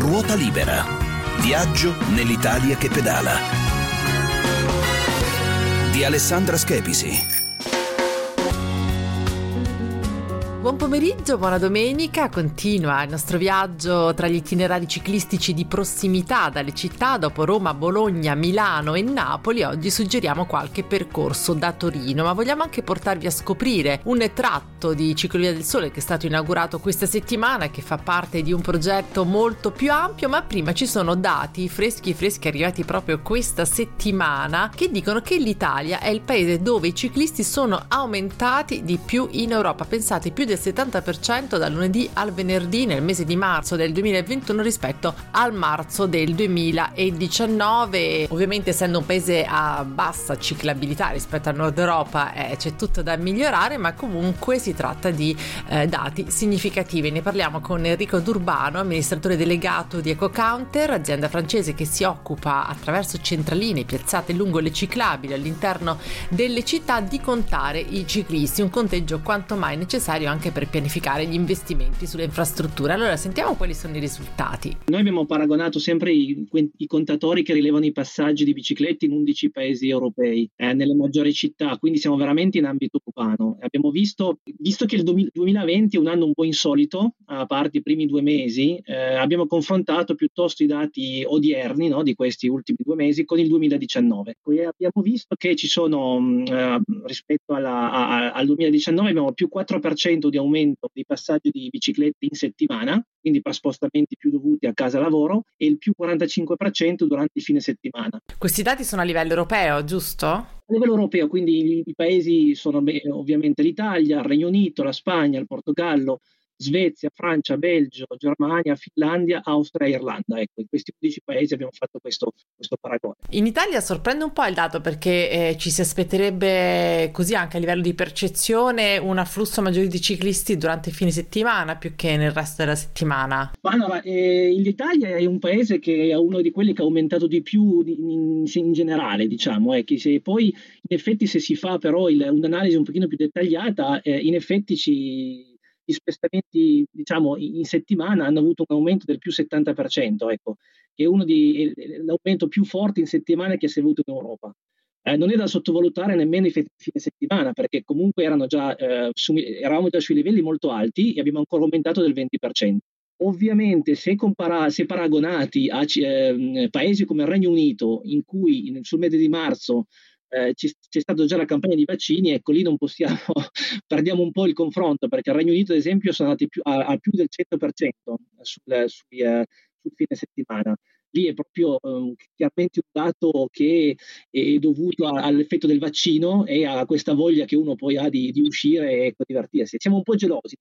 Ruota libera. Viaggio nell'Italia che pedala. Di Alessandra Schepisi. Buon pomeriggio, buona domenica. Continua il nostro viaggio tra gli itinerari ciclistici di prossimità dalle città. Dopo Roma, Bologna, Milano e Napoli, oggi suggeriamo qualche percorso da Torino, ma vogliamo anche portarvi a scoprire un tratto di Ciclovia del Sole che è stato inaugurato questa settimana, che fa parte di un progetto molto più ampio. Ma prima ci sono dati freschi arrivati proprio questa settimana che dicono che l'Italia è il paese dove i ciclisti sono aumentati di più in Europa. Pensate, più del 70% dal lunedì al venerdì nel mese di marzo del 2021 rispetto al marzo del 2019. Ovviamente, essendo un paese a bassa ciclabilità rispetto al Nord Europa, c'è tutto da migliorare, ma comunque si tratta di dati significativi. Ne parliamo con Enrico D'Urbano, amministratore delegato di EcoCounter, azienda francese che si occupa, attraverso centraline piazzate lungo le ciclabili all'interno delle città, di contare i ciclisti, un conteggio quanto mai necessario anche per pianificare gli investimenti sulle infrastrutture. Allora, sentiamo quali sono i risultati. Noi abbiamo paragonato sempre i contatori che rilevano i passaggi di biciclette in 11 paesi europei, nelle maggiori città, quindi siamo veramente in ambito urbano. Abbiamo visto che il 2020 è un anno un po' insolito, a parte i primi 2 mesi, abbiamo confrontato piuttosto i dati odierni, no, di questi ultimi 2 mesi con il 2019. E abbiamo visto che ci sono, rispetto al 2019, abbiamo più 4% di aumento dei passaggi di biciclette in settimana, quindi per spostamenti più dovuti a casa-lavoro, e il più 45% durante il fine settimana. Questi dati sono a livello europeo, giusto? A livello europeo, quindi i paesi sono ovviamente l'Italia, il Regno Unito, la Spagna, il Portogallo, Svezia, Francia, Belgio, Germania, Finlandia, Austria e Irlanda. Ecco, in questi 11 paesi abbiamo fatto questo paragone. In Italia sorprende un po' il dato, perché ci si aspetterebbe, così anche a livello di percezione, un afflusso maggiore di ciclisti durante il fine settimana più che nel resto della settimana. Ma allora, l'Italia è un paese che è uno di quelli che ha aumentato di più in generale, diciamo, che se poi in effetti se si fa però un'analisi un pochino più dettagliata, in effetti gli spostamenti, diciamo, in settimana hanno avuto un aumento del più 70%, ecco, che è l'aumento più forte in settimana che si è avuto in Europa. Non è da sottovalutare nemmeno i fine settimana, perché comunque eravamo già sui livelli molto alti e abbiamo ancora aumentato del 20%. Ovviamente, se paragonati a paesi come il Regno Unito, in cui sul mese di marzo c'è stata già la campagna di vaccini, ecco, lì non possiamo, perdiamo un po' il confronto, perché il Regno Unito, ad esempio, sono andati a più del 100% sul fine settimana. Lì è proprio chiaramente un dato che è dovuto all'effetto del vaccino e a questa voglia che uno poi ha di uscire e divertirsi. Siamo un po' gelosi.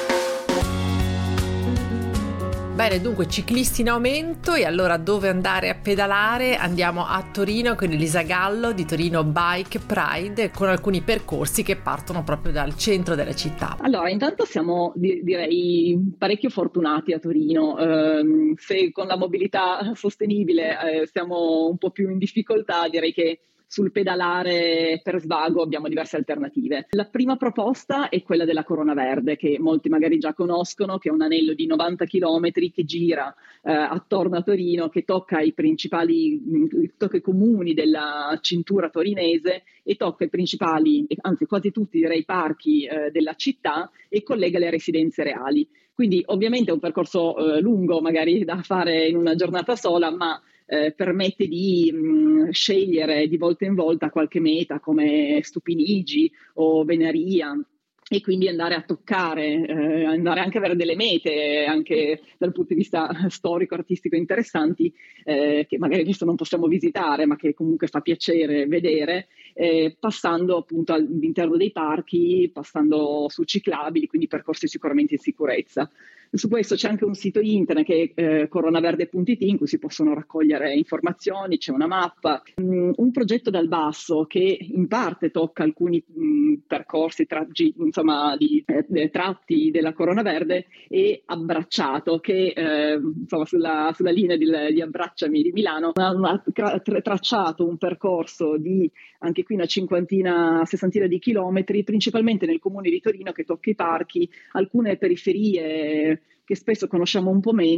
Bene, dunque ciclisti in aumento, e allora dove andare a pedalare? Andiamo a Torino con Elisa Gallo di Torino Bike Pride, con alcuni percorsi che partono proprio dal centro della città. Allora, intanto siamo direi parecchio fortunati a Torino. Se con la mobilità sostenibile siamo un po' più in difficoltà, direi che sul pedalare per svago abbiamo diverse alternative. La prima proposta è quella della Corona Verde, che molti magari già conoscono, che è un anello di 90 km che gira attorno a Torino, che tocca i comuni della cintura torinese e tocca i principali, anzi quasi tutti direi, parchi della città, e collega le residenze reali. Quindi ovviamente è un percorso lungo, magari da fare in una giornata sola, ma permette di scegliere di volta in volta qualche meta come Stupinigi o Venaria, e quindi andare a toccare, andare anche a avere delle mete anche dal punto di vista storico, artistico interessanti, che magari adesso non possiamo visitare, ma che comunque fa piacere vedere, passando appunto all'interno dei parchi, passando su ciclabili, quindi percorsi sicuramente in sicurezza. Su questo c'è anche un sito internet che è coronaverde.it, in cui si possono raccogliere informazioni, c'è una mappa. Un progetto dal basso che in parte tocca alcuni percorsi, di tratti della Corona Verde, è Abbracciato, che sulla linea di Abbracciami di Milano ha tracciato un percorso di anche qui una sessantina di chilometri, principalmente nel comune di Torino, che tocca i parchi, alcune periferie che spesso conosciamo un po' meno,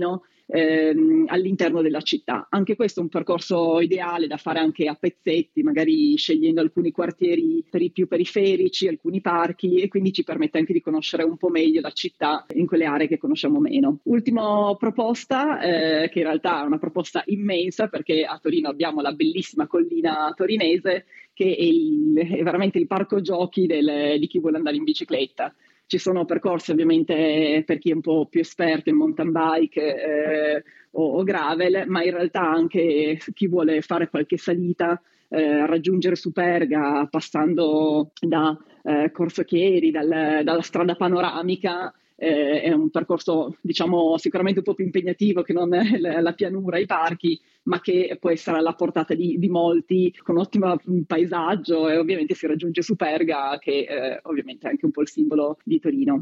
all'interno della città. Anche questo è un percorso ideale da fare anche a pezzetti, magari scegliendo alcuni quartieri più periferici, alcuni parchi, e quindi ci permette anche di conoscere un po' meglio la città in quelle aree che conosciamo meno. Ultima proposta, che in realtà è una proposta immensa, perché a Torino abbiamo la bellissima collina torinese, che è veramente il parco giochi di chi vuole andare in bicicletta. Ci sono percorsi ovviamente per chi è un po' più esperto in mountain bike o gravel, ma in realtà anche chi vuole fare qualche salita, raggiungere Superga passando da Corso Chieri, dalla strada panoramica. È un percorso, diciamo, sicuramente un po' più impegnativo che non la pianura, i parchi, ma che può essere alla portata di molti, con ottimo paesaggio, e ovviamente si raggiunge Superga, che ovviamente è anche un po' il simbolo di Torino.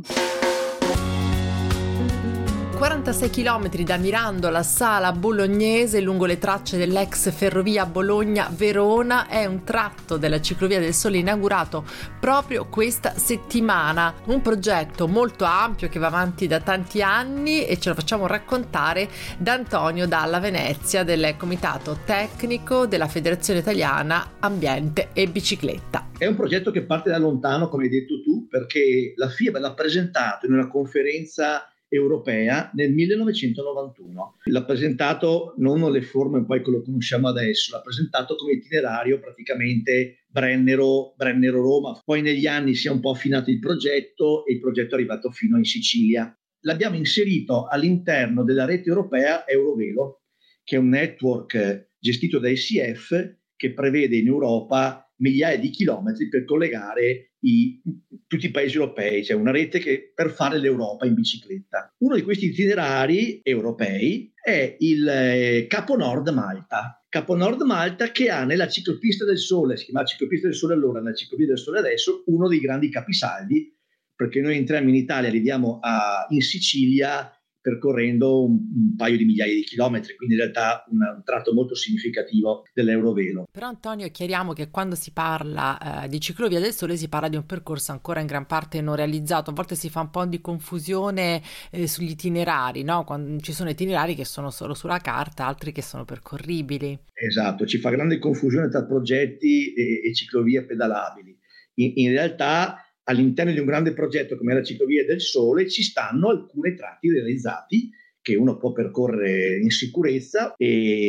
46 km da Mirandola a Sala Bolognese lungo le tracce dell'ex ferrovia Bologna-Verona è un tratto della Ciclovia del Sole inaugurato proprio questa settimana. Un progetto molto ampio che va avanti da tanti anni, e ce lo facciamo raccontare da Antonio Dalla Venezia del Comitato Tecnico della Federazione Italiana Ambiente e Bicicletta. È un progetto che parte da lontano, come hai detto tu, perché la FIAB l'ha presentato in una conferenza europea nel 1991. L'ha presentato non nelle forme poi che lo conosciamo adesso, l'ha presentato come itinerario praticamente Brennero-Roma. Poi negli anni si è un po' affinato il progetto e il progetto è arrivato fino in Sicilia. L'abbiamo inserito all'interno della rete europea Eurovelo, che è un network gestito da ICF che prevede in Europa migliaia di chilometri per collegare tutti i paesi europei, cioè una rete che per fare l'Europa in bicicletta. Uno di questi itinerari europei è il Capo Nord Malta. Capo Nord Malta, che ha nella ciclopista del Sole, si chiama ciclopista del Sole allora, nella ciclopista del Sole adesso, uno dei grandi capisaldi, perché noi entriamo in Italia, arriviamo in Sicilia percorrendo un paio di migliaia di chilometri, quindi in realtà un tratto molto significativo dell'Eurovelo. Però Antonio, chiariamo che quando si parla di Ciclovia del Sole si parla di un percorso ancora in gran parte non realizzato. A volte si fa un po' di confusione sugli itinerari, no? Quando ci sono itinerari che sono solo sulla carta, altri che sono percorribili. Esatto, ci fa grande confusione tra progetti e ciclovie pedalabili. In realtà all'interno di un grande progetto come la Ciclovia del Sole ci stanno alcuni tratti realizzati che uno può percorrere in sicurezza,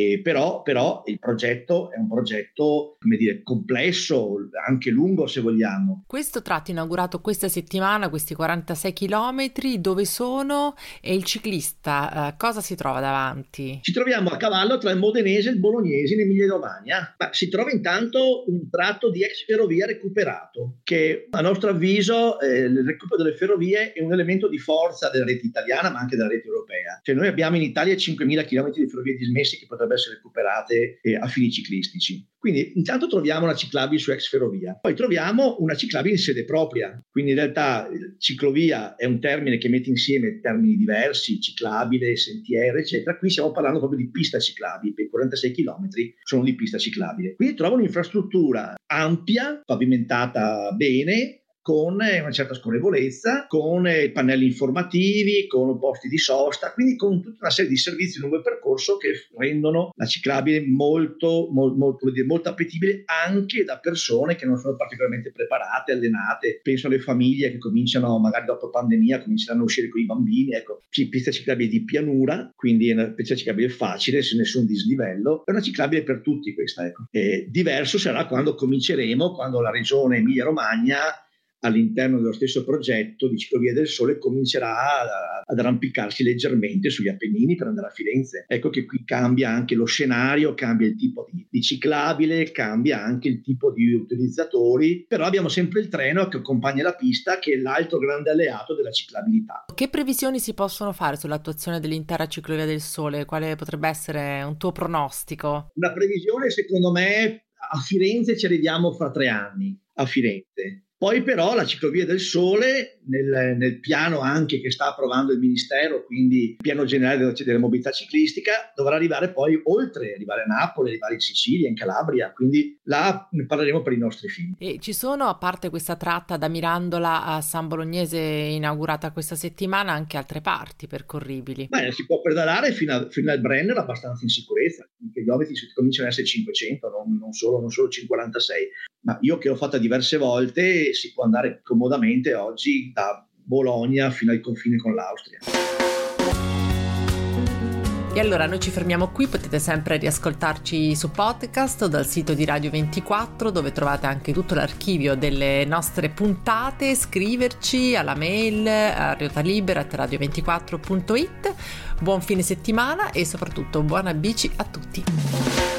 però il progetto è un progetto, come dire, complesso, anche lungo se vogliamo. Questo tratto inaugurato questa settimana, questi 46 chilometri, dove sono, e il ciclista cosa si trova davanti? Ci troviamo a cavallo tra il Modenese e il Bolognese in Emilia-Romagna. Si trova intanto un tratto di ex ferrovia recuperato, che a nostro avviso il recupero delle ferrovie è un elemento di forza della rete italiana ma anche della rete europea. Cioè noi abbiamo in Italia 5.000 km di ferrovie dismesse che potrebbero essere recuperate a fini ciclistici. Quindi intanto troviamo una ciclabile su ex ferrovia, poi troviamo una ciclabile in sede propria. Quindi in realtà ciclovia è un termine che mette insieme termini diversi, ciclabile, sentiero, eccetera. Qui stiamo parlando proprio di pista ciclabile, per 46 km sono di pista ciclabile. Quindi trovo un'infrastruttura ampia, pavimentata bene, con una certa scorrevolezza, con pannelli informativi, con posti di sosta, quindi con tutta una serie di servizi lungo il percorso che rendono la ciclabile molto appetibile anche da persone che non sono particolarmente preparate, allenate. Penso alle famiglie che cominciano, magari dopo pandemia, cominceranno a uscire con i bambini. Ecco, pista ciclabile di pianura, quindi è una pista ciclabile facile, senza nessun dislivello. È una ciclabile per tutti questa, ecco. Diverso sarà quando la regione Emilia-Romagna all'interno dello stesso progetto di Ciclovia del Sole comincerà ad arrampicarsi leggermente sugli Appennini per andare a Firenze. Ecco che qui cambia anche lo scenario, cambia il tipo di ciclabile, cambia anche il tipo di utilizzatori, però abbiamo sempre il treno che accompagna la pista, che è l'altro grande alleato della ciclabilità. Che previsioni si possono fare sull'attuazione dell'intera Ciclovia del Sole? Quale potrebbe essere un tuo pronostico? Una previsione, secondo me, a Firenze ci arriviamo fra 3 anni, a Firenze. Poi però la ciclovia del Sole, nel piano anche che sta approvando il Ministero, quindi il piano generale della mobilità ciclistica, dovrà arrivare poi oltre, arrivare a Napoli, arrivare in Sicilia, in Calabria, quindi là ne parleremo per i nostri figli. E ci sono, a parte questa tratta da Mirandola a San Bolognese inaugurata questa settimana, anche altre parti percorribili? Beh, si può pedalare fino al Brenner abbastanza in sicurezza, i chilometri cominciano ad essere 500, non solo 546. Ma io che l'ho fatta diverse volte, si può andare comodamente oggi da Bologna fino al confine con l'Austria. E allora noi ci fermiamo qui, potete sempre riascoltarci su podcast o dal sito di Radio 24, dove trovate anche tutto l'archivio delle nostre puntate, scriverci alla mail a riotalibera@radio24.it. Buon fine settimana e soprattutto buona bici a tutti.